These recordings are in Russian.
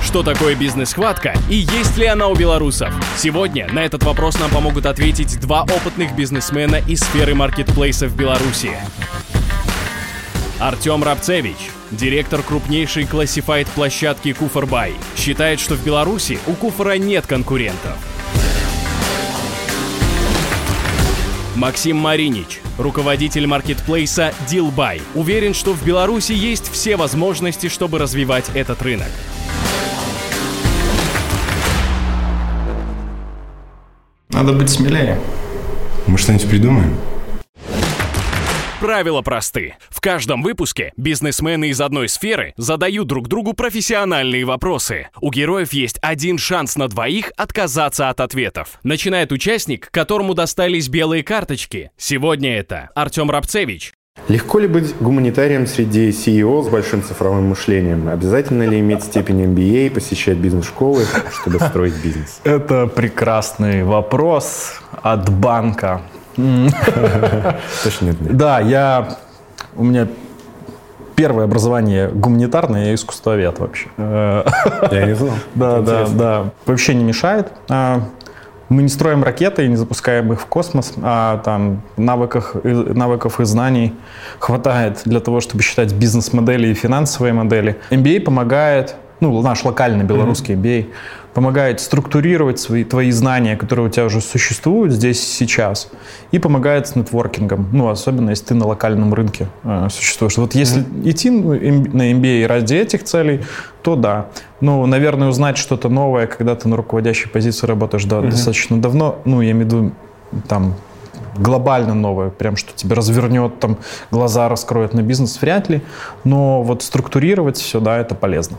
Что такое бизнес-хватка и есть ли она у белорусов? Сегодня на этот вопрос нам помогут ответить два опытных бизнесмена из сферы маркетплейса в Беларуси. Артем Рабцевич, директор крупнейшей классифайд-площадки Куфр.Бай, считает, что в Беларуси у Куфра нет конкурентов. Максим Маринич, руководитель маркетплейса Дилбай, уверен, что в Беларуси есть все возможности, чтобы развивать этот рынок. Надо быть смелее. Мы что-нибудь придумаем? Правила просты. В каждом выпуске бизнесмены из одной сферы задают друг другу профессиональные вопросы. У героев есть один шанс на двоих отказаться от ответов. Начинает участник, которому достались белые карточки. Сегодня это Артем Рабцевич. Легко ли быть гуманитарием среди CEO с большим цифровым мышлением? Обязательно ли иметь степень MBA, посещать бизнес-школы, чтобы строить бизнес? Это прекрасный вопрос от банка. Точно нет. Да, у меня первое образование гуманитарное, я искусствовед вообще. Я не знал. Да. Вообще не мешает. Мы не строим ракеты и не запускаем их в космос, а там навыков и знаний хватает для того, чтобы считать бизнес-модели и финансовые модели. MBA помогает, наш локальный белорусский MBA, помогает структурировать твои знания, которые у тебя уже существуют здесь и сейчас, и помогает с нетворкингом, особенно если ты на локальном рынке существуешь. Вот если идти на MBA ради этих целей, то да. Наверное, узнать что-то новое, когда ты на руководящей позиции работаешь достаточно давно, я имею в виду там глобально новое, прям что тебя развернет, там глаза раскроет на бизнес, вряд ли, но вот структурировать все, да, это полезно.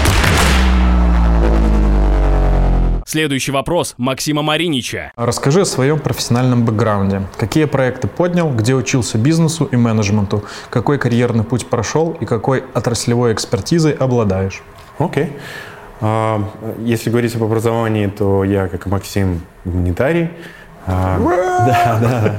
Следующий вопрос Максима Маринича. Расскажи о своем профессиональном бэкграунде. Какие проекты поднял, где учился бизнесу и менеджменту, какой карьерный путь прошел и какой отраслевой экспертизой обладаешь? Окей. Если говорить об образовании, то я, как и Максим, гуманитарий. Да.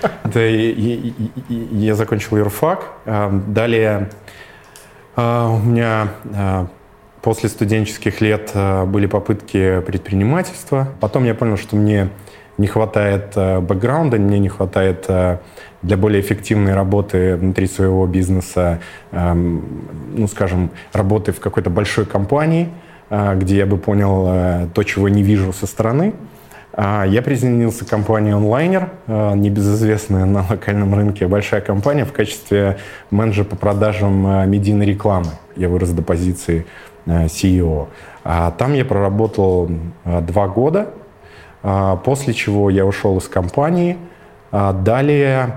Я закончил юрфак. Далее у меня после студенческих лет были попытки предпринимательства. Потом я понял, что мне не хватает бэкграунда, мне не хватает для более эффективной работы внутри своего бизнеса, работы в какой-то большой компании, где я бы понял то, чего не вижу со стороны. Я присоединился к компании Onliner, небезызвестная на локальном рынке большая компания, в качестве менеджера по продажам медийной рекламы. Я вырос до позиции CEO. Там я проработал 2 года, после чего я ушел из компании. Далее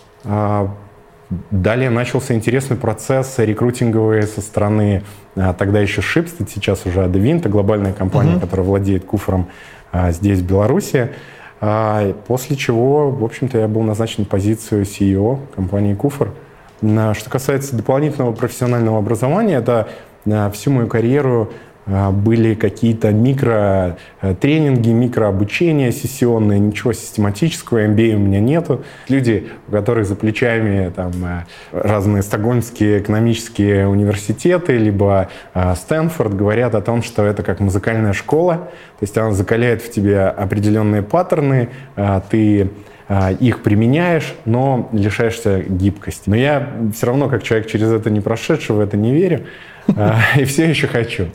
начался интересный процесс рекрутинговый со стороны тогда еще Shipstead, сейчас уже Advint, глобальная компания, которая владеет Куфром здесь, в Беларуси. После чего, в общем-то, я был назначен на позицию CEO компании Куфр. Что касается дополнительного профессионального образования, это всю мою карьеру были какие-то микротренинги, микрообучения сессионные, ничего систематического, MBA у меня нету. Люди, у которых за плечами разные стокгольмские экономические университеты, либо Стэнфорд, говорят о том, что это как музыкальная школа, то есть она закаляет в тебе определенные паттерны, ты их применяешь, но лишаешься гибкости. Но я все равно, как человек через это не прошедший, в это не верю и все еще хочу.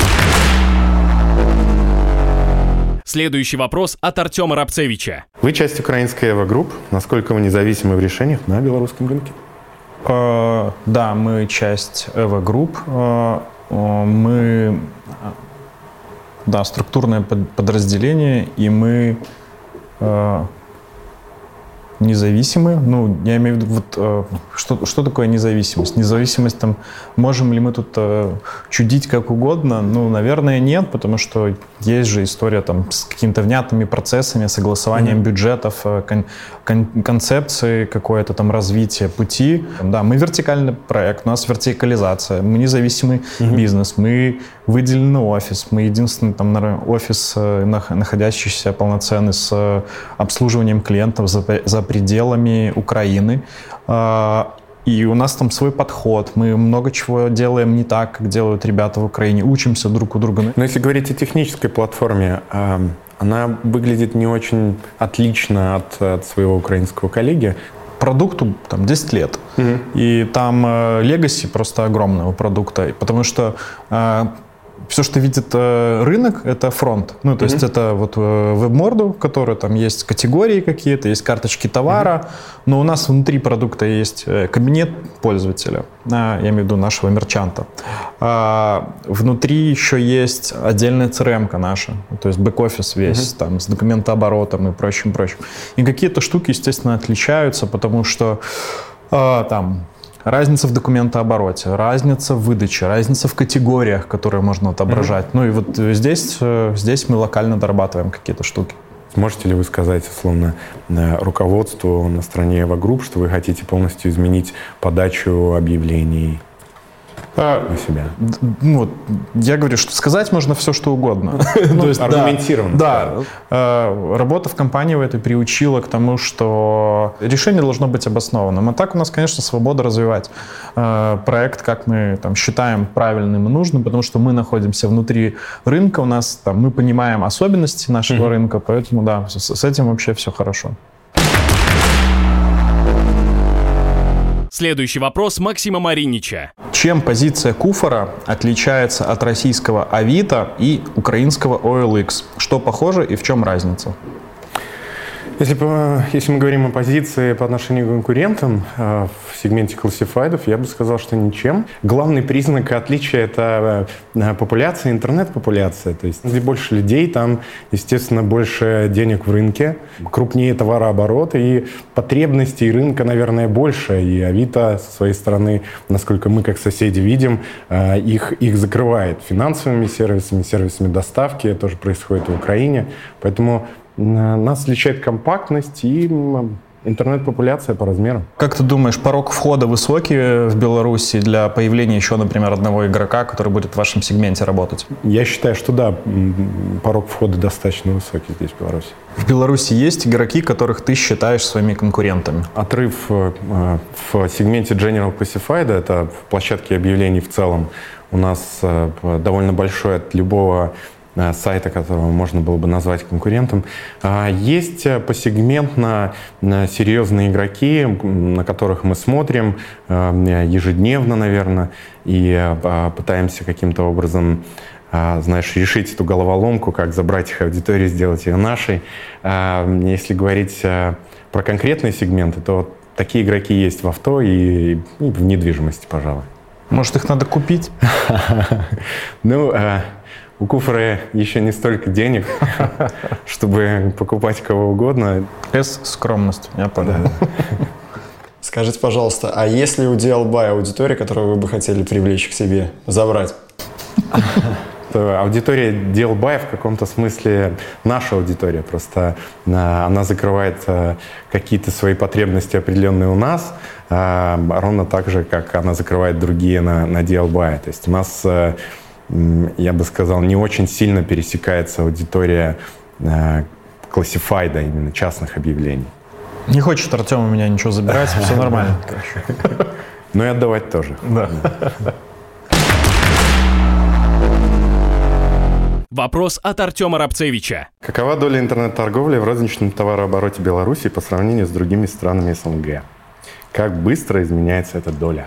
Следующий вопрос от Артема Рабцевича. Вы часть украинской EVA Group. Насколько вы независимы в решениях на белорусском рынке? Да, мы часть EVA Group. Мы структурное подразделение, и мы независимы. Я имею в виду, что такое независимость? Независимость, можем ли мы тут чудить как угодно? Наверное, нет, потому что есть же история с какими-то внятными процессами, согласованием бюджетов, концепции, какое-то развитие пути. Да, мы вертикальный проект, у нас вертикализация, мы независимый бизнес, мы выделенный офис, мы единственный офис, находящийся полноценный с обслуживанием клиентов за пределами Украины. И у нас там свой подход. Мы много чего делаем не так, как делают ребята в Украине. Учимся друг у друга. Но если говорить о технической платформе, она выглядит не очень отлично от своего украинского коллеги. Продукту там 10 лет. И там легаси просто огромного продукта. Потому что все, что видит рынок, это фронт. Ну, то есть это вот веб-морду, в которой там есть категории какие-то, есть карточки товара, но у нас внутри продукта есть кабинет пользователя, я имею в виду нашего мерчанта. Внутри еще есть отдельная CRM-ка наша, то есть бэк-офис весь, там, с документооборотом и прочим. И какие-то штуки, естественно, отличаются, потому что там разница в документообороте, разница в выдаче, разница в категориях, которые можно отображать. Ну и вот здесь мы локально дорабатываем какие-то штуки. Можете ли вы сказать, условно, руководству на стороне Eva Group, что вы хотите полностью изменить подачу объявлений на себя? Ну, вот, я говорю, что сказать можно все, что угодно. То есть аргументированно. Да. Работа в компании в этой приучила к тому, что решение должно быть обоснованным. А так у нас, конечно, свобода развивать проект, как мы там считаем правильным и нужным, потому что мы находимся внутри рынка, у нас там мы понимаем особенности нашего рынка, поэтому да, с этим вообще все хорошо. Следующий вопрос Максима Маринича. Чем позиция Куфора отличается от российского Авито и украинского OLX? Что похоже и в чем разница? Если мы говорим о позиции по отношению к конкурентам в сегменте классифайдов, я бы сказал, что ничем. Главный признак отличия – это популяция, интернет-популяция. То есть, где больше людей, там, естественно, больше денег в рынке, крупнее товарооборот, и потребностей рынка, наверное, больше. И Авито, со своей стороны, насколько мы, как соседи, видим, их закрывает финансовыми сервисами, сервисами доставки. Это тоже происходит в Украине. Поэтому нас отличает компактность и интернет-популяция по размерам. Как ты думаешь, порог входа высокий в Беларуси для появления еще, например, одного игрока, который будет в вашем сегменте работать? Я считаю, что да, порог входа достаточно высокий здесь, в Беларуси. В Беларуси есть игроки, которых ты считаешь своими конкурентами? Отрыв в сегменте General Classified, это в площадке объявлений в целом, у нас довольно большой от любого сайта, которого можно было бы назвать конкурентом. Есть посегментно серьезные игроки, на которых мы смотрим ежедневно, наверное, и пытаемся каким-то образом, знаешь, решить эту головоломку, как забрать их аудиторию, сделать ее нашей. Если говорить про конкретные сегменты, то такие игроки есть в авто и в недвижимости, пожалуй. Может, их надо купить? Ну, у Куфора еще не столько денег, чтобы покупать кого угодно. Скромность, я понял. Да. Скажите, пожалуйста, а есть ли у DealBuy аудитория, которую вы бы хотели привлечь к себе, забрать? Аудитория DealBuy в каком-то смысле наша аудитория. Просто она закрывает какие-то свои потребности определенные у нас, ровно так же, как она закрывает другие на DealBuy. То есть у нас, я бы сказал, не очень сильно пересекается аудитория классифайда, именно частных объявлений. Не хочет Артем у меня ничего забирать, все нормально. Но и отдавать тоже. Да. Вопрос от Артема Рабцевича. Какова доля интернет-торговли в розничном товарообороте Беларуси по сравнению с другими странами СНГ? Как быстро изменяется эта доля?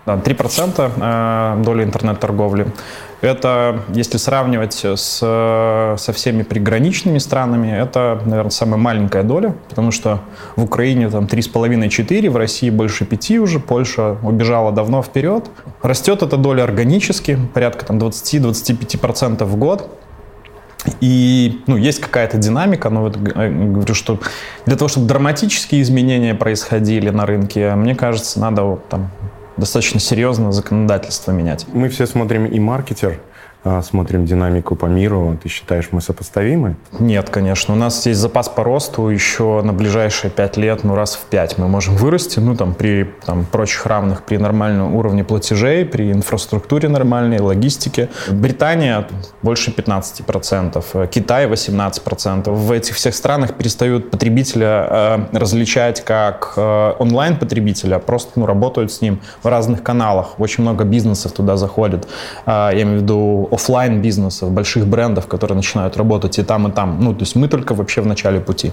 3% доли интернет-торговли. Это, если сравнивать со всеми приграничными странами, это, наверное, самая маленькая доля, потому что в Украине там 3,5-4, в России больше 5 уже, Польша убежала давно вперед. Растет эта доля органически, порядка там 20-25% в год. И есть какая-то динамика, но вот говорю, что для того, чтобы драматические изменения происходили на рынке, мне кажется, надо там достаточно серьезно законодательство менять. Мы все смотрим и маркетер, смотрим динамику по миру, ты считаешь, мы сопоставимы? Нет, конечно. У нас есть запас по росту еще на ближайшие 5 лет, раз в 5 мы можем вырасти, при прочих равных, при нормальном уровне платежей, при инфраструктуре нормальной, логистике. Британия больше 15%, Китай 18%. В этих всех странах перестают потребителя различать как онлайн-потребителя, просто работают с ним в разных каналах. Очень много бизнесов туда заходит. Я имею в виду офлайн бизнесов, больших брендов, которые начинают работать и там, и там. То есть мы только вообще в начале пути.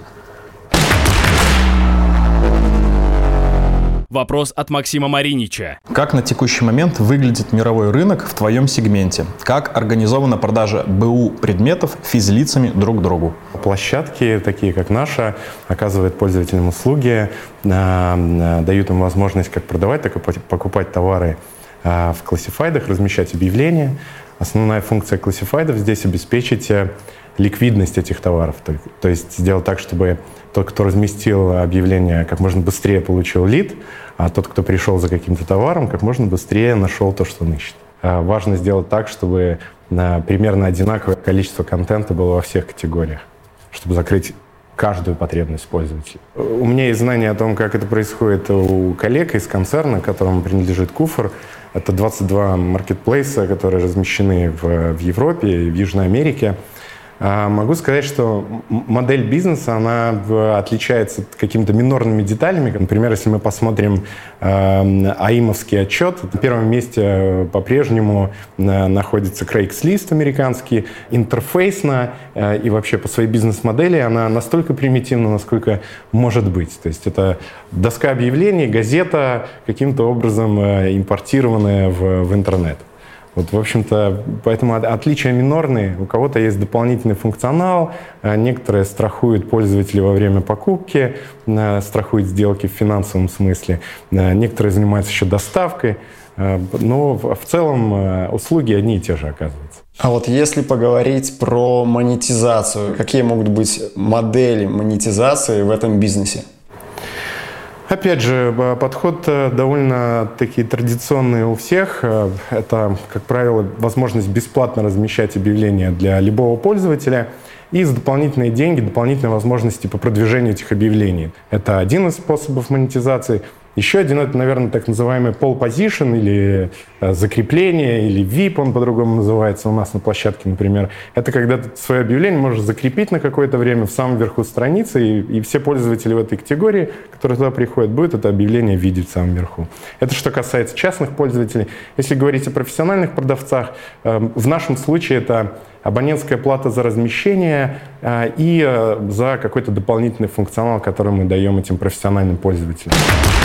Вопрос от Максима Маринича. Как на текущий момент выглядит мировой рынок в твоем сегменте? Как организована продажа БУ предметов физлицами друг другу? Площадки, такие как наша, оказывают пользователям услуги, дают им возможность как продавать, так и покупать товары в классифайдах, размещать объявления. Основная функция классифайдов здесь обеспечить ликвидность этих товаров. То есть сделать так, чтобы тот, кто разместил объявление, как можно быстрее получил лид, а тот, кто пришел за каким-то товаром, как можно быстрее нашел то, что он ищет. Важно сделать так, чтобы примерно одинаковое количество контента было во всех категориях, чтобы закрыть каждую потребность пользователя. У меня есть знания о том, как это происходит у коллег из концерна, которому принадлежит Куфр. Это 22 маркетплейса, которые размещены в Европе и в Южной Америке. Могу сказать, что модель бизнеса, она отличается какими-то минорными деталями. Например, если мы посмотрим АИМовский отчет, на первом месте по-прежнему находится Craigslist американский. Интерфейсно и вообще по своей бизнес-модели она настолько примитивна, насколько может быть. То есть это доска объявлений, газета, каким-то образом импортированная в интернет. В общем-то, поэтому отличия минорные. У кого-то есть дополнительный функционал, некоторые страхуют пользователя во время покупки, страхуют сделки в финансовом смысле, некоторые занимаются еще доставкой, но в целом услуги одни и те же оказываются. А если поговорить про монетизацию, какие могут быть модели монетизации в этом бизнесе? Опять же, подход довольно-таки традиционный у всех. Это, как правило, возможность бесплатно размещать объявления для любого пользователя и за дополнительные деньги, дополнительные возможности по продвижению этих объявлений. Это один из способов монетизации. Еще один — это, наверное, так называемый pole position или закрепление, или VIP, он по-другому называется у нас на площадке, например. Это когда ты свое объявление можешь закрепить на какое-то время в самом верху страницы, и все пользователи в этой категории, которые туда приходят, будут это объявление видеть в самом верху. Это что касается частных пользователей. Если говорить о профессиональных продавцах, в нашем случае это абонентская плата за размещение и за какой-то дополнительный функционал, который мы даем этим профессиональным пользователям.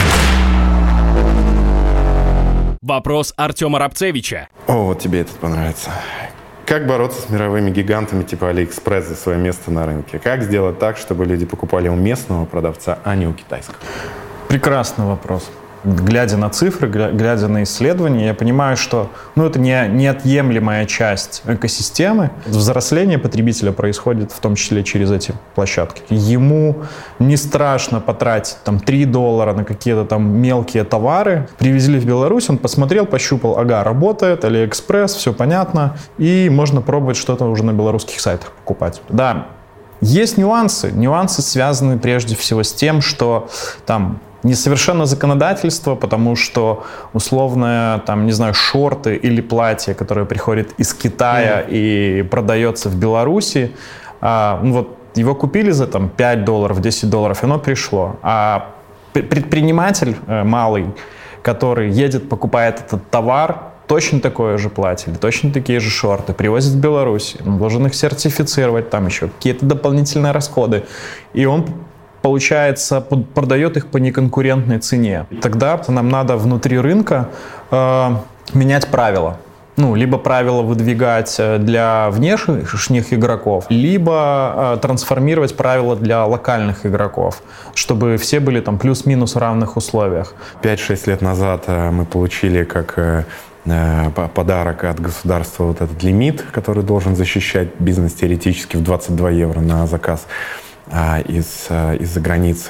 Вопрос Артема Рабцевича. Вот тебе этот понравится. Как бороться с мировыми гигантами типа AliExpress за свое место на рынке? Как сделать так, чтобы люди покупали у местного продавца, а не у китайского? Прекрасный вопрос. Глядя на цифры, глядя на исследования, я понимаю, что это неотъемлемая часть экосистемы. Взросление потребителя происходит в том числе через эти площадки. Ему не страшно потратить $3 на какие-то мелкие товары. Привезли в Беларусь, он посмотрел, пощупал, работает, AliExpress, все понятно, и можно пробовать что-то уже на белорусских сайтах покупать. Да, есть нюансы. Нюансы связаны прежде всего с тем, что несовершенно законодательство, потому что условное, шорты или платье, которое приходит из Китая и продается в Беларуси, его купили за $5, $10, и оно пришло. А предприниматель малый, который едет, покупает этот товар, точно такое же платье, или точно такие же шорты привозит в Беларусь, он должен их сертифицировать, там еще какие-то дополнительные расходы, и он получается, продает их по неконкурентной цене. Тогда нам надо внутри рынка менять правила. Либо правила выдвигать для внешних игроков, либо трансформировать правила для локальных игроков, чтобы все были плюс-минус в равных условиях. 5-6 лет назад мы получили как подарок от государства этот лимит, который должен защищать бизнес теоретически в 22 евро на заказ из-за границы.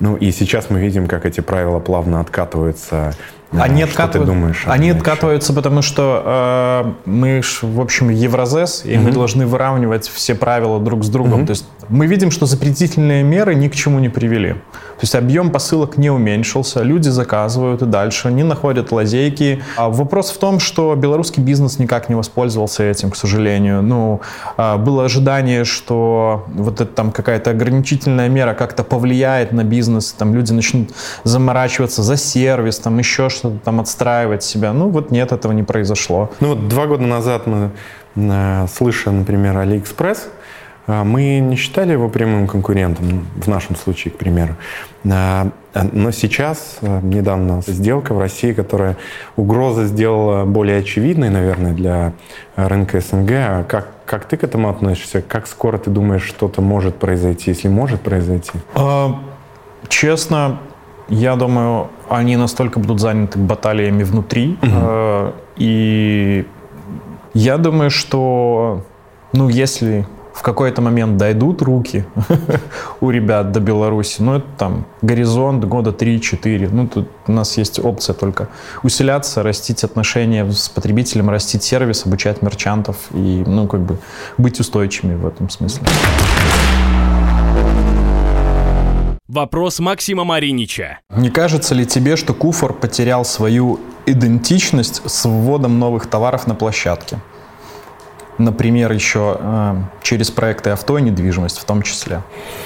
Ну и сейчас мы видим, как эти правила плавно откатываются. Что ты думаешь? Они откатываются, потому что мы, в общем, Евразес, и мы должны выравнивать все правила друг с другом. То есть мы видим, что запретительные меры ни к чему не привели. То есть объем посылок не уменьшился, люди заказывают и дальше, не находят лазейки. Вопрос в том, что белорусский бизнес никак не воспользовался этим, к сожалению. Было ожидание, что вот это там какая-то ограничительная мера как-то повлияет на бизнес, там люди начнут заморачиваться за сервис, там еще что-то там отстраивать себя. Нет, этого не произошло. 2 года назад мы, слыша, например, AliExpress, мы не считали его прямым конкурентом, в нашем случае, к примеру. Но сейчас, недавно сделка в России, которая угрозу сделала более очевидной, наверное, для рынка СНГ. Как ты к этому относишься? Как скоро ты думаешь, что-то может произойти, если может произойти? Честно, я думаю, они настолько будут заняты баталиями внутри. И я думаю, что, если в какой-то момент дойдут руки у ребят до Беларуси, это там горизонт года 3-4. Тут у нас есть опция только усиляться, растить отношения с потребителем, растить сервис, обучать мерчантов и, быть устойчивыми в этом смысле. Вопрос Максима Маринича. Не кажется ли тебе, что Куфор потерял свою идентичность с вводом новых товаров на площадке? Например, еще через проекты авто и недвижимость в том числе.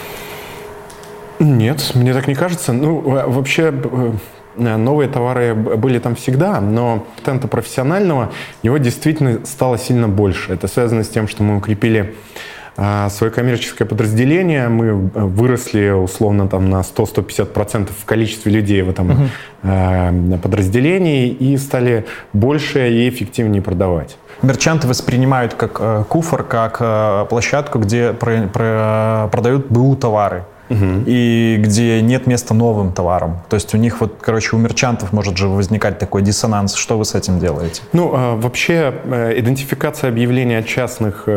Нет, мне так не кажется. Вообще, новые товары были там всегда, но контента профессионального, его действительно стало сильно больше. Это связано с тем, что мы укрепили свое коммерческое подразделение, мы выросли условно там на 100-150% в количестве людей в этом подразделении и стали больше и эффективнее продавать. Мерчанты воспринимают как Куфор, как площадку, где продают БУ товары. И где нет места новым товарам. То есть у них у мерчантов может же возникать такой диссонанс. Что вы с этим делаете? Вообще идентификация объявлений от частных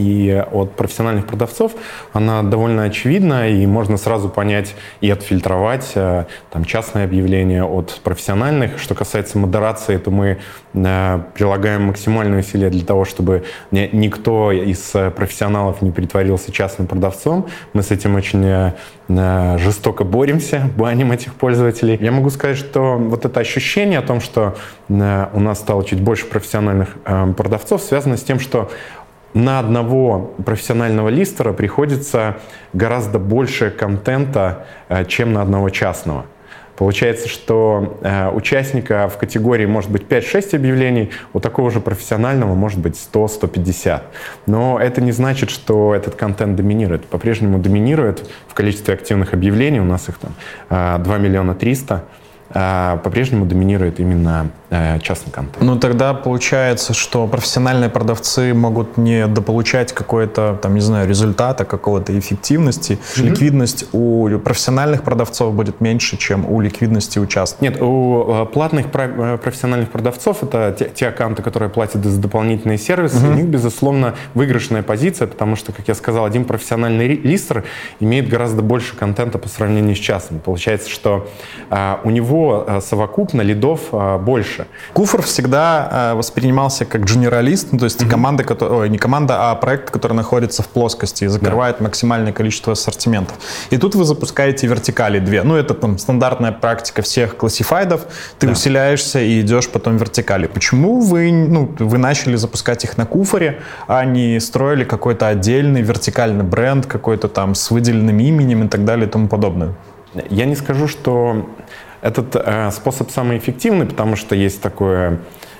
и от профессиональных продавцов, она довольно очевидна, и можно сразу понять и отфильтровать там частные объявления от профессиональных. Что касается модерации, то мы прилагаем максимальные усилия для того, чтобы никто из профессионалов не притворился частным продавцом. Мы с этим очень жестоко боремся, баним этих пользователей. Я могу сказать, что вот это ощущение о том, что у нас стало чуть больше профессиональных продавцов, связано с тем, что на одного профессионального листера приходится гораздо больше контента, чем на одного частного. Получается, что участника в категории может быть 5-6 объявлений, у такого же профессионального может быть 100-150. Но это не значит, что этот контент доминирует. По-прежнему доминирует в количестве активных объявлений, у нас их там 2 300 000, по-прежнему доминирует именно частный контент. Тогда получается, что профессиональные продавцы могут не дополучать какой-то, результата, какого-то эффективности. Ликвидность у профессиональных продавцов будет меньше, чем у ликвидности у частных. Нет, у платных профессиональных продавцов, это те аккаунты, которые платят за дополнительные сервисы, у них, безусловно, выигрышная позиция, потому что, как я сказал, один профессиональный листер имеет гораздо больше контента по сравнению с частным. Получается, что у него совокупно лидов больше. Куфор всегда воспринимался как дженералист, то есть команда, не команда, а проект, который находится в плоскости и закрывает максимальное количество ассортиментов. И тут вы запускаете вертикали 2. Это там стандартная практика всех классифайдов. Ты усиляешься и идешь потом вертикали. Почему вы начали запускать их на Куфоре, а не строили какой-то отдельный вертикальный бренд, какой-то там с выделенным именем и так далее и тому подобное? Я не скажу, что этот способ самый эффективный, потому что есть такой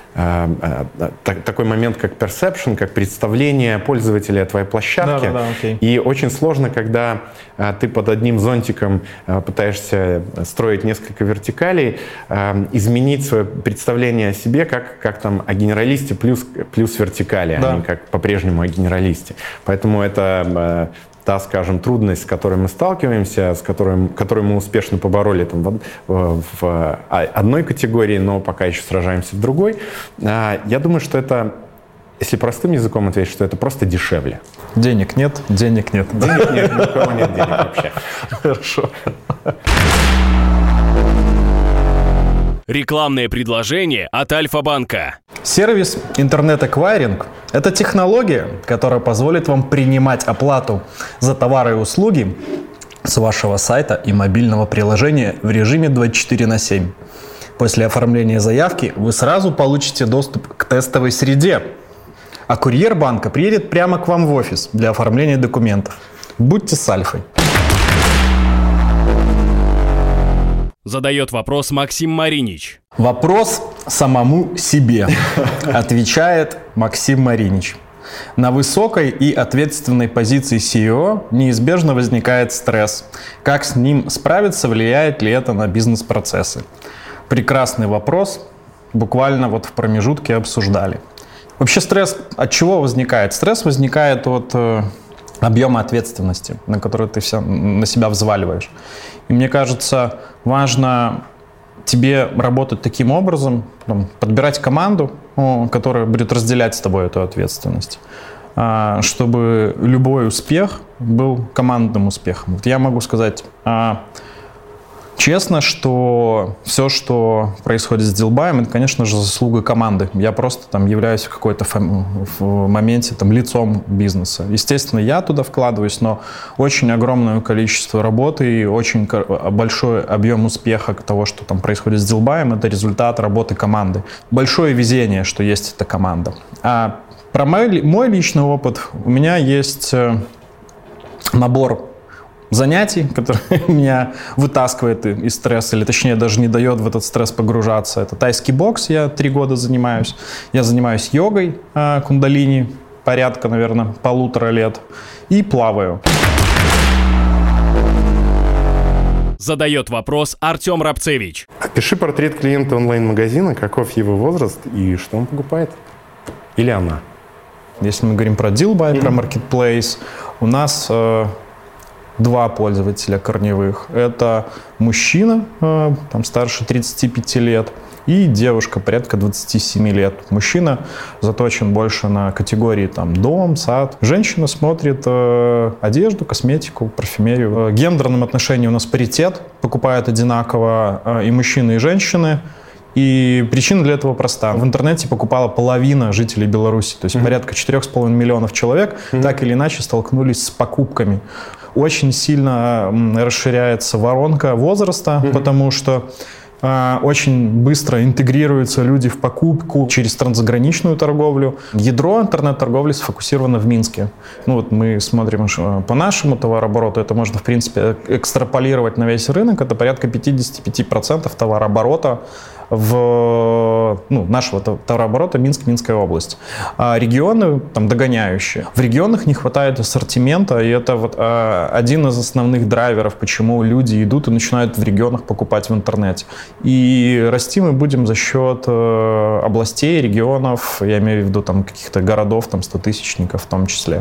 момент, как perception, как представление пользователя о твоей площадке. И очень сложно, когда ты под одним зонтиком пытаешься строить несколько вертикалей, изменить свое представление о себе как там о генералисте плюс вертикали, а не как по-прежнему о генералисте. Поэтому это та, скажем, трудность, с которой мы сталкиваемся, которую мы успешно побороли там, в одной категории, но пока еще сражаемся в другой. Я думаю, что это, если простым языком ответить, что это просто дешевле. Денег нет, денег нет. Денег нет, ни у кого нет денег вообще. Хорошо. Рекламное предложение от Альфа-банка. Сервис интернет-эквайринг – это технология, которая позволит вам принимать оплату за товары и услуги с вашего сайта и мобильного приложения в режиме 24/7. После оформления заявки вы сразу получите доступ к тестовой среде, а курьер банка приедет прямо к вам в офис для оформления документов. Будьте с Альфой. Задает вопрос Максим Маринич. Вопрос самому себе, отвечает Максим Маринич. На высокой и ответственной позиции CEO неизбежно возникает стресс. Как с ним справиться, влияет ли это на бизнес-процессы? Прекрасный вопрос, буквально вот в промежутке обсуждали. Вообще стресс от чего возникает? Стресс возникает от объема ответственности, на который ты на себя взваливаешь. И мне кажется, важно тебе работать таким образом, подбирать команду, которая будет разделять с тобой эту ответственность, чтобы любой успех был командным успехом. Вот я могу сказать честно, что все, что происходит с Дилбаем, это, конечно же, заслуга команды. Я просто там являюсь в какой-то моменте лицом бизнеса. Естественно, я туда вкладываюсь, но очень огромное количество работы и очень большой объем успеха того, что там происходит с Дилбаем, это результат работы команды. Большое везение, что есть эта команда. А про мой личный опыт у меня есть набор занятий, который меня вытаскивает из стресса, или точнее даже не дает в этот стресс погружаться. Это тайский бокс, я 3 года занимаюсь. Я занимаюсь йогой, кундалини, порядка, наверное, 1,5 лет. И плаваю. Задает вопрос Артем Рабцевич. Опиши портрет клиента онлайн-магазина, каков его возраст и что он покупает? Или она? Если мы говорим про Дилбай, про Marketplace, у нас 2 пользователя корневых. Это мужчина, там старше 35 лет, и девушка порядка 27 лет. Мужчина заточен больше на категории там дом, сад. Женщина смотрит одежду, косметику, парфюмерию. В гендерном отношении у нас паритет, покупают одинаково и мужчины, и женщины. И причина для этого проста. В интернете покупала половина жителей Беларуси, то есть порядка 4,5 миллионов человек так или иначе столкнулись с покупками. Очень сильно расширяется воронка возраста, потому что очень быстро интегрируются люди в покупку через трансграничную торговлю. Ядро интернет-торговли сфокусировано в Минске. Ну вот мы смотрим по нашему товарообороту, это можно, в принципе, экстраполировать на весь рынок. Это порядка 55% товарооборота нашего товарооборота Минская область. А регионы там догоняющие. В регионах не хватает ассортимента, и это вот один из основных драйверов, почему люди идут и начинают в регионах покупать в интернете. И расти мы будем за счет областей, регионов, я имею в виду там каких-то городов, там 100-тысячников в том числе.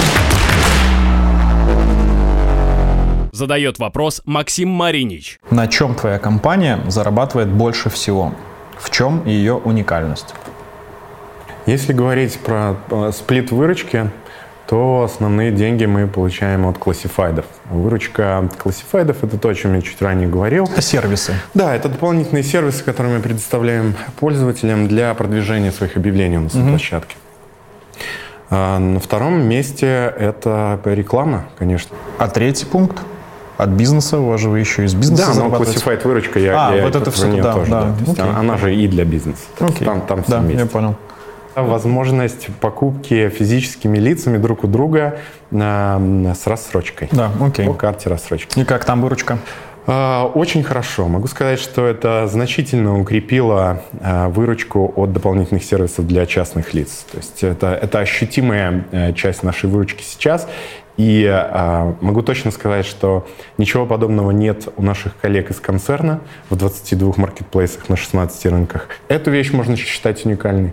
Задает вопрос Максим Маринич. На чем твоя компания зарабатывает больше всего? В чем ее уникальность? Если говорить про сплит выручки, то основные деньги мы получаем от классифайдов. Выручка классифайдов — это то, о чем я чуть ранее говорил. Это сервисы. Да, это дополнительные сервисы, которые мы предоставляем пользователям для продвижения своих объявлений на своей площадке. На втором месте это реклама, конечно. А третий пункт? От бизнеса, у вас же вы еще из бизнеса зарабатываете. Да, но classified выручка, вот это все нее туда, тоже. Да. То есть она же и для бизнеса. Там все вместе. Я понял. Возможность покупки физическими лицами друг у друга с рассрочкой. Да, окей. По карте рассрочки. И как там выручка? Очень хорошо. Могу сказать, что это значительно укрепило выручку от дополнительных сервисов для частных лиц. То есть это ощутимая часть нашей выручки сейчас. И могу точно сказать, что ничего подобного нет у наших коллег из концерна в 22 маркетплейсах на 16 рынках. Эту вещь можно считать уникальной.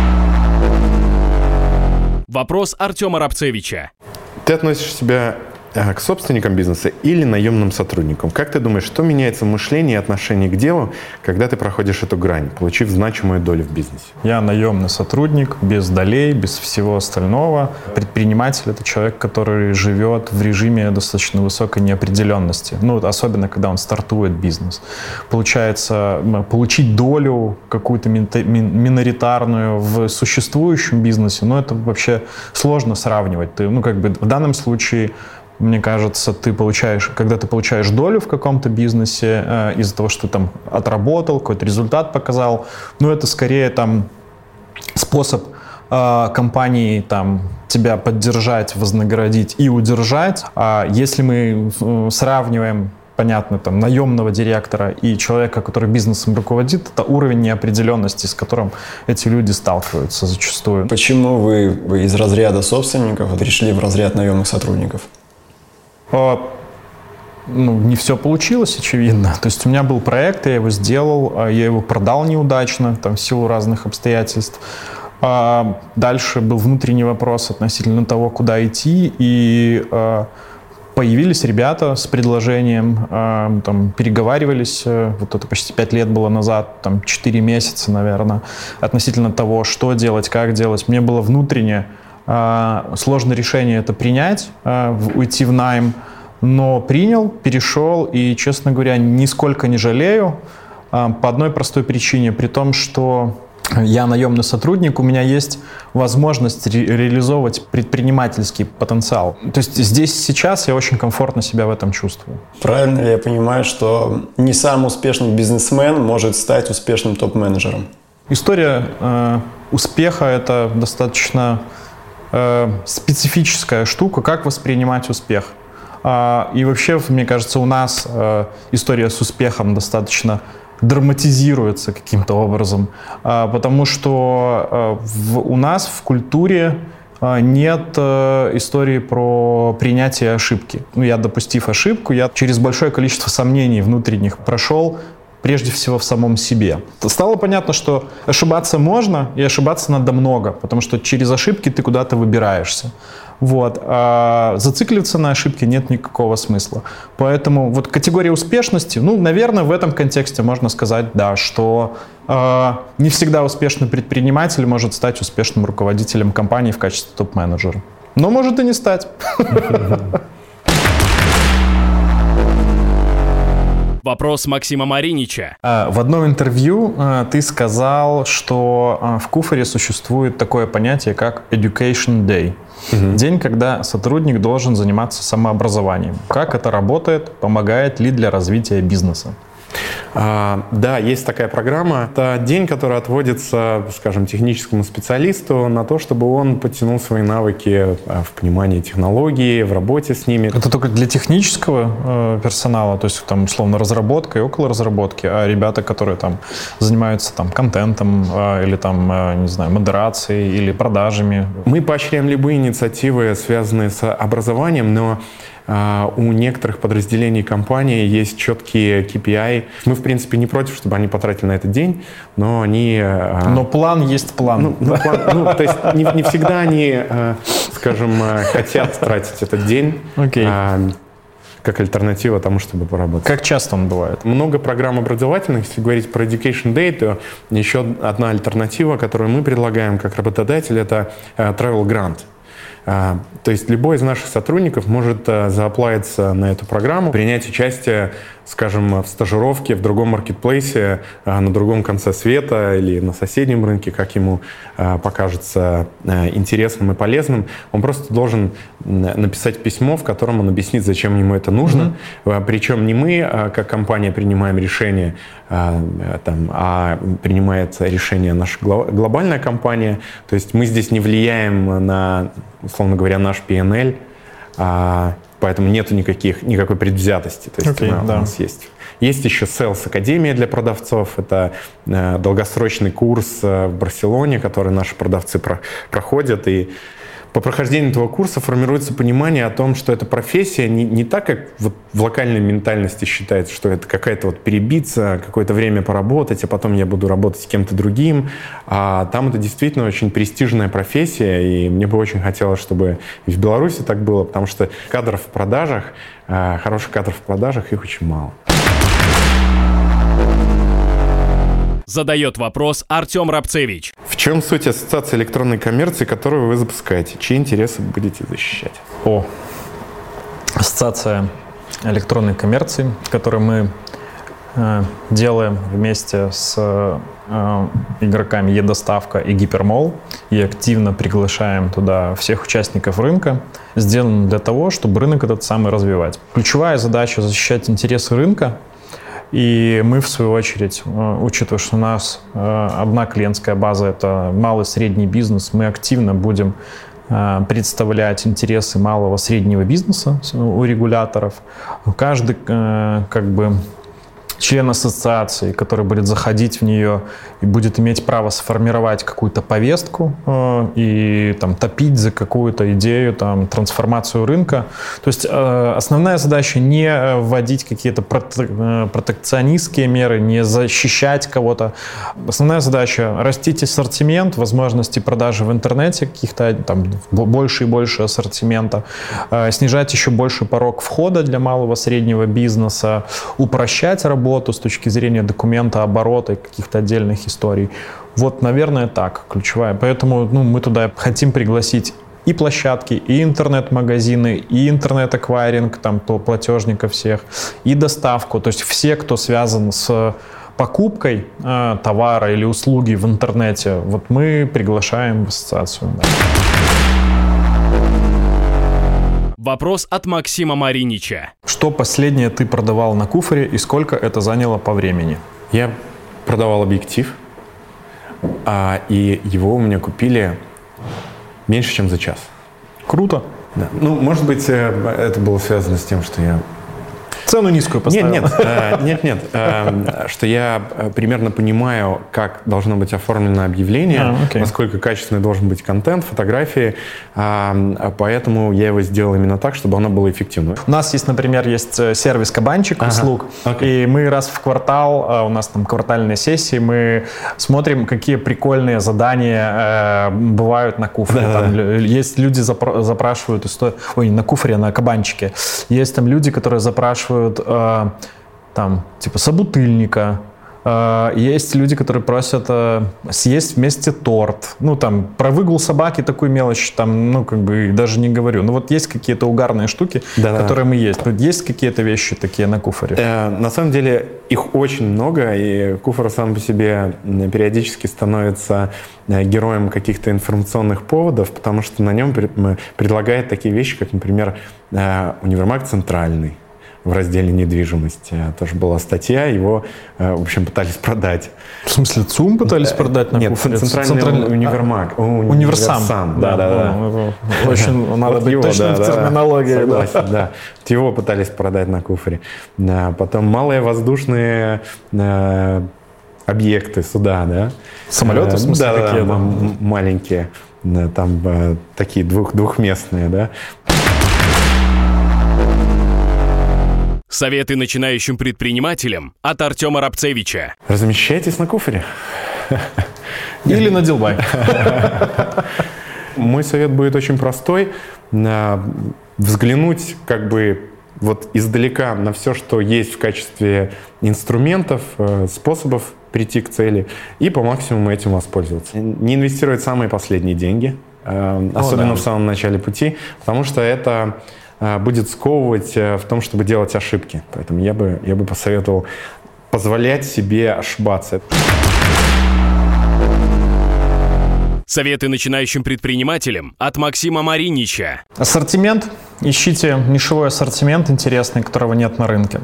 Вопрос Артема Рабцевича. Ты относишь себя к собственникам бизнеса или наемным сотрудникам? Как ты думаешь, что меняется в мышлении и отношении к делу, когда ты проходишь эту грань, получив значимую долю в бизнесе? Я наемный сотрудник, без долей, без всего остального. Предприниматель — это человек, который живет в режиме достаточно высокой неопределенности. Ну, особенно, когда он стартует бизнес. Получается, получить долю какую-то миноритарную в существующем бизнесе, ну, это вообще сложно сравнивать. Ты, ну, как бы в данном случае, мне кажется, когда ты получаешь долю в каком-то бизнесе из-за того, что ты там отработал, какой-то результат показал, ну, это скорее там способ компании там тебя поддержать, вознаградить и удержать. А если мы сравниваем, понятно, там, наемного директора и человека, который бизнесом руководит, это уровень неопределенности, с которым эти люди сталкиваются зачастую. Почему вы из разряда собственников перешли в разряд наемных сотрудников? Ну, не все получилось, очевидно. То есть у меня был проект, я его сделал, я его продал неудачно, там, в силу разных обстоятельств. Дальше был внутренний вопрос относительно того, куда идти, и появились ребята с предложением, там, переговаривались, вот это почти 5 лет было назад, там, 4 месяца, наверное, относительно того, что делать, как делать. Мне было внутренне сложное решение это принять, уйти в найм, но принял, перешел и, честно говоря, нисколько не жалею по одной простой причине, при том, что я наемный сотрудник, у меня есть возможность реализовывать предпринимательский потенциал. То есть здесь сейчас я очень комфортно себя в этом чувствую. Правильно ли я понимаю, что не самый успешный бизнесмен может стать успешным топ-менеджером? История успеха — это достаточно специфическая штука, как воспринимать успех. И вообще, мне кажется, у нас история с успехом достаточно драматизируется каким-то образом, потому что у нас в культуре нет истории про принятие ошибки. Ну, я, допустив ошибку, я через большое количество сомнений внутренних прошел, прежде всего в самом себе. Стало понятно, что ошибаться можно, и ошибаться надо много, потому что через ошибки ты куда-то выбираешься. Вот. А зацикливаться на ошибке нет никакого смысла. Поэтому вот категория успешности, ну, наверное, в этом контексте можно сказать, да, что не всегда успешный предприниматель может стать успешным руководителем компании в качестве топ-менеджера. Но может и не стать. Вопрос Максима Маринича. В одном интервью ты сказал, что в Куфоре существует такое понятие, как Education Day. День, когда сотрудник должен заниматься самообразованием. Как это работает? Помогает ли для развития бизнеса? Да, есть такая программа. Это день, который отводится, скажем, техническому специалисту на то, чтобы он подтянул свои навыки в понимании технологий, в работе с ними. Это только для технического персонала, то есть там условно разработка и около разработки, а ребята, которые там занимаются там контентом или там, не знаю, модерацией или продажами. Мы поощряем любые инициативы, связанные с образованием, но у некоторых подразделений компании есть четкие KPI. Мы, в принципе, не против, чтобы они потратили на этот день, но они... Но план есть план. То есть не всегда они, скажем, хотят тратить этот день как альтернатива тому, чтобы поработать. Как часто он бывает? Много программ образовательных. Если говорить про Education Day, то еще одна альтернатива, которую мы предлагаем как работодатель, это Travel Grant. То есть любой из наших сотрудников может зааплавиться на эту программу, принять участие, скажем, в стажировке в другом маркетплейсе, на другом конце света или на соседнем рынке, как ему покажется интересным и полезным. Он просто должен написать письмо, в котором он объяснит, зачем ему это нужно. Причем не мы, как компания, принимаем решение, а принимает решение наша глобальная компания. То есть мы здесь не влияем на, условно говоря, наш P&L, поэтому нету никакой предвзятости. То есть у нас есть. Есть еще Sales Академия для продавцов. Это долгосрочный курс в Барселоне, который наши продавцы проходят. И по прохождению этого курса формируется понимание о том, что эта профессия не так, как вот в локальной ментальности считается, что это какая-то вот перебиться, какое-то время поработать, а потом я буду работать с кем-то другим. А там это действительно очень престижная профессия, и мне бы очень хотелось, чтобы и в Беларуси так было, потому что кадров в продажах, хороших кадров в продажах, их очень мало. Задает вопрос Артем Рабцевич. В чем суть ассоциации электронной коммерции, которую вы запускаете? Чьи интересы будете защищать? Ассоциация электронной коммерции, которую мы делаем вместе с игроками eDostavka и Гипермолл и активно приглашаем туда всех участников рынка, сделано для того, чтобы рынок этот самый развивать. Ключевая задача — защищать интересы рынка. И мы, в свою очередь, учитывая, что у нас одна клиентская база — это малый и средний бизнес, мы активно будем представлять интересы малого и среднего бизнеса у регуляторов. Каждый член ассоциации, который будет заходить в нее и будет иметь право сформировать какую-то повестку и там топить за какую-то идею, там, трансформацию рынка. То есть основная задача не вводить какие-то протекционистские меры, не защищать кого-то. Основная задача — растить ассортимент, возможности продажи в интернете, каких-то там больше и больше ассортимента, снижать еще больше порог входа для малого и среднего бизнеса, упрощать работу с точки зрения документа оборота и каких-то отдельных историй. Вот, наверное, так, ключевая. Поэтому мы туда хотим пригласить и площадки, и интернет-магазины, и интернет-аквайринг, там, платежников всех, и доставку. То есть все, кто связан с покупкой товара или услуги в интернете, вот мы приглашаем в ассоциацию. Да. Вопрос от Максима Маринича. Что последнее ты продавал на Куфоре и сколько это заняло по времени? Я продавал объектив, и его у меня купили меньше, чем за час. Круто. Да. Может быть, это было связано с тем, что я... Цену низкую поставил. Нет. Что я примерно понимаю, как должно быть оформлено объявление, насколько качественный должен быть контент, фотографии. Поэтому я его сделал именно так, чтобы оно было эффективно. У нас есть, например, сервис «Кабанчик» услуг. И мы раз в квартал, у нас там квартальные сессии, мы смотрим, какие прикольные задания бывают на Куфоре. Есть люди, запрашивают историю... на Куфоре, на «Кабанчике». Есть там люди, которые запрашивают там, типа, собутыльника. Есть люди, которые просят съесть вместе торт. Там, про выгул собаки такую мелочь, там, даже не говорю. Вот есть какие-то угарные штуки, которые мы есть. Есть какие-то вещи такие на Куфоре? На самом деле их очень много, и Куфор сам по себе периодически становится героем каких-то информационных поводов, потому что на нем предлагает такие вещи, как, например, универмаг «Центральный». В разделе недвижимости тоже была статья, его, в общем, пытались продать. В смысле, ЦУМ пытались продать на Куфоре? Нет, центральный универмаг. Универсам. Да. Очень надо быть точным в терминологии. Согласен, да. Его пытались продать на Куфоре. Потом малые воздушные объекты, суда, да. Самолеты, в смысле, какие? Да, маленькие, там такие двухместные, да. Советы начинающим предпринимателям от Артема Рабцевича. Размещайтесь на Куфоре. Или на Дилбай. Мой совет будет очень простой. Взглянуть вот издалека на все, что есть в качестве инструментов, способов прийти к цели, и по максимуму этим воспользоваться. Не инвестировать самые последние деньги, особенно в самом начале пути, потому что это будет сковывать в том, чтобы делать ошибки. Поэтому я бы посоветовал позволять себе ошибаться. Советы начинающим предпринимателям от Максима Маринича. Ассортимент. Ищите нишевой ассортимент интересный, которого нет на рынке.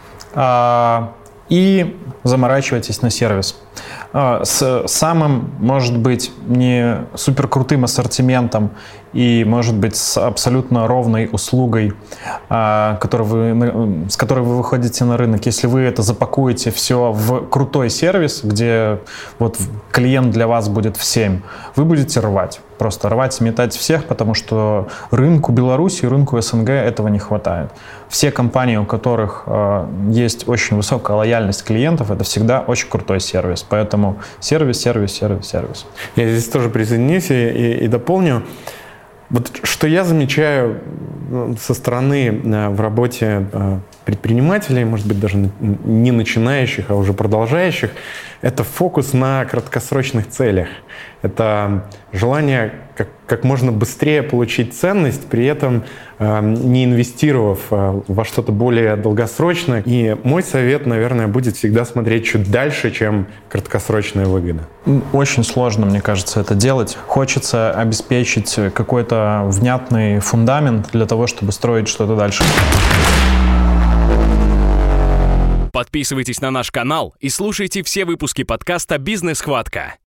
И заморачивайтесь на сервис. С самым, может быть, не супер крутым ассортиментом и, может быть, с абсолютно ровной услугой, с которой вы выходите на рынок. Если вы это запакуете все в крутой сервис, где вот клиент для вас будет в 7, вы будете рвать. просто рвать, сметать всех, потому что рынку Беларуси, рынку СНГ этого не хватает. Все компании, у которых есть очень высокая лояльность клиентов, это всегда очень крутой сервис. Поэтому сервис. Я здесь тоже присоединюсь и дополню. Вот что я замечаю со стороны в работе предпринимателей, может быть, даже не начинающих, а уже продолжающих, это фокус на краткосрочных целях. Это желание как можно быстрее получить ценность, при этом не инвестировав во что-то более долгосрочное. И мой совет, наверное, будет всегда смотреть чуть дальше, чем краткосрочная выгода. Очень сложно, мне кажется, это делать. Хочется обеспечить какой-то внятный фундамент для того, чтобы строить что-то дальше. Подписывайтесь на наш канал и слушайте все выпуски подкаста «Бизнес-хватка».